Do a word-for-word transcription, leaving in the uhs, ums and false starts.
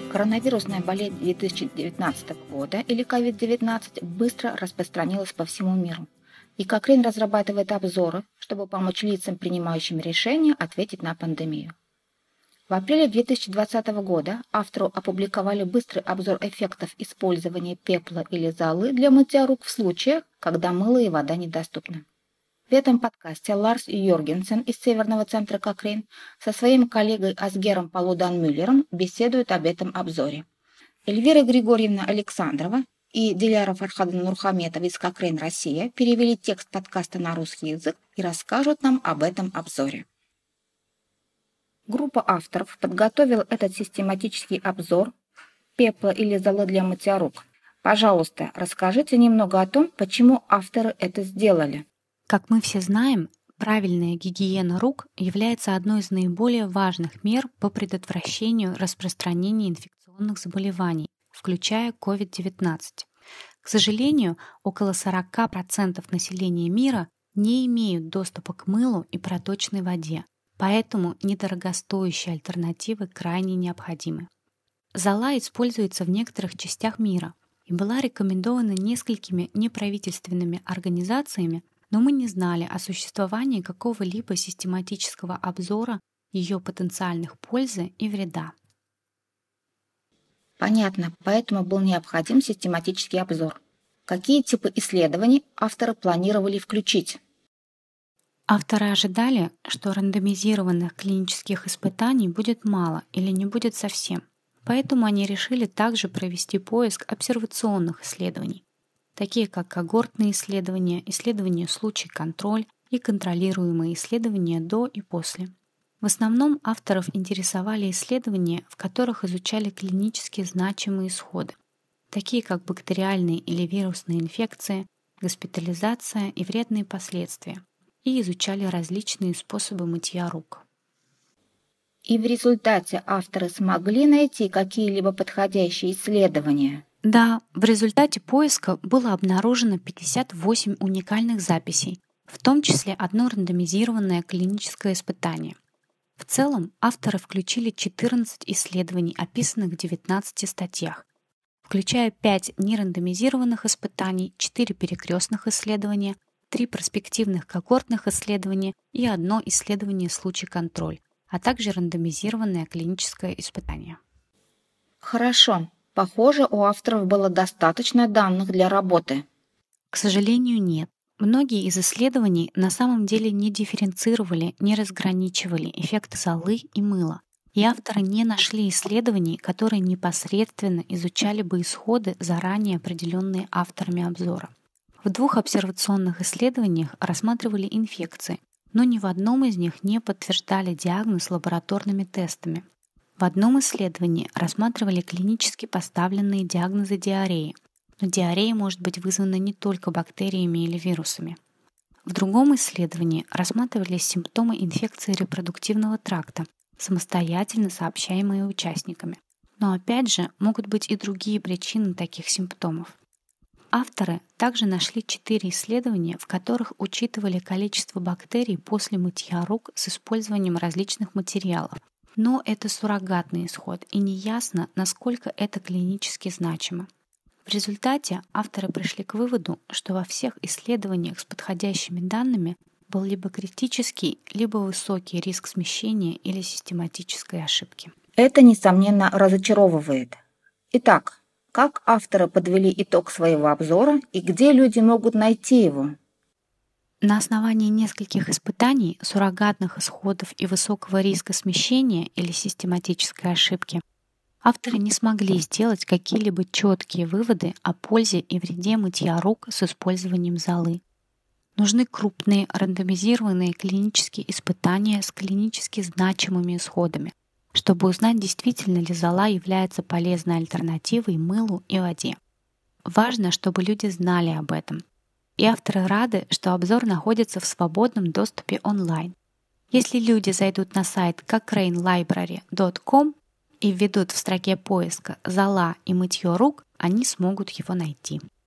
Коронавирусная болезнь две тысячи девятнадцатого года или ковид девятнадцать быстро распространилась по всему миру. И Cochrane разрабатывает обзоры, чтобы помочь лицам, принимающим решения, ответить на пандемию. В апреле две тысячи двадцатого года автору опубликовали быстрый обзор эффектов использования пепла или золы для мытья рук в случаях, когда мыло и вода недоступны. В этом подкасте Ларс Йоргенсен из Северного центра Cochrane со своим коллегой Асгером Палудан-Мюллером беседуют об этом обзоре. Эльвира Григорьевна Александрова и Диляра Фархадовна Нурхаметова из Cochrane Россия перевели текст подкаста на русский язык и расскажут нам об этом обзоре. Группа авторов подготовила этот систематический обзор пепла или золы для мытья рук. Пожалуйста, расскажите немного о том, почему авторы это сделали. Как мы все знаем, правильная гигиена рук является одной из наиболее важных мер по предотвращению распространения инфекционных заболеваний, включая ковид девятнадцать. К сожалению, около сорок процентов населения мира не имеют доступа к мылу и проточной воде, поэтому недорогостоящие альтернативы крайне необходимы. Зола используется в некоторых частях мира и была рекомендована несколькими неправительственными организациями, но мы не знали о существовании какого-либо систематического обзора ее потенциальных пользы и вреда. Понятно, поэтому был необходим систематический обзор. Какие типы исследований авторы планировали включить? Авторы ожидали, что рандомизированных клинических испытаний будет мало или не будет совсем, поэтому они решили также провести поиск обсервационных исследований, такие как когортные исследования, исследования случай-контроль и контролируемые исследования до и после. В основном авторов интересовали исследования, в которых изучали клинически значимые исходы, такие как бактериальные или вирусные инфекции, госпитализация и вредные последствия, и изучали различные способы мытья рук. И в результате авторы смогли найти какие-либо подходящие исследования? Да, в результате поиска было обнаружено пятьдесят восемь уникальных записей, в том числе одно рандомизированное клиническое испытание. В целом, авторы включили четырнадцать исследований, описанных в девятнадцати статьях, включая пять нерандомизированных испытаний, четыре перекрестных исследования, три перспективных когортных исследования и одно исследование случай-контроль, а также рандомизированное клиническое испытание. Хорошо. Похоже, у авторов было достаточно данных для работы. К сожалению, нет. Многие из исследований на самом деле не дифференцировали, не разграничивали эффекты золы и мыла, и авторы не нашли исследований, которые непосредственно изучали бы исходы, заранее определенные авторами обзора. В двух обсервационных исследованиях рассматривали инфекции, но ни в одном из них не подтверждали диагноз лабораторными тестами. В одном исследовании рассматривали клинически поставленные диагнозы диареи, но диарея может быть вызвана не только бактериями или вирусами. В другом исследовании рассматривались симптомы инфекции репродуктивного тракта, самостоятельно сообщаемые участниками. Но опять же, могут быть и другие причины таких симптомов. Авторы также нашли четыре исследования, в которых учитывали количество бактерий после мытья рук с использованием различных материалов. Но это суррогатный исход, и неясно, насколько это клинически значимо. В результате авторы пришли к выводу, что во всех исследованиях с подходящими данными был либо критический, либо высокий риск смещения или систематической ошибки. Это, несомненно, разочаровывает. Итак, как авторы подвели итог своего обзора и где люди могут найти его? На основании нескольких испытаний, суррогатных исходов и высокого риска смещения или систематической ошибки авторы не смогли сделать какие-либо четкие выводы о пользе и вреде мытья рук с использованием золы. Нужны крупные рандомизированные клинические испытания с клинически значимыми исходами, чтобы узнать, действительно ли зола является полезной альтернативой мылу и воде. Важно, чтобы люди знали об этом. И авторы рады, что обзор находится в свободном доступе онлайн. Если люди зайдут на сайт cochrane library точка com и введут в строке поиска «зола» и «мытье рук», они смогут его найти.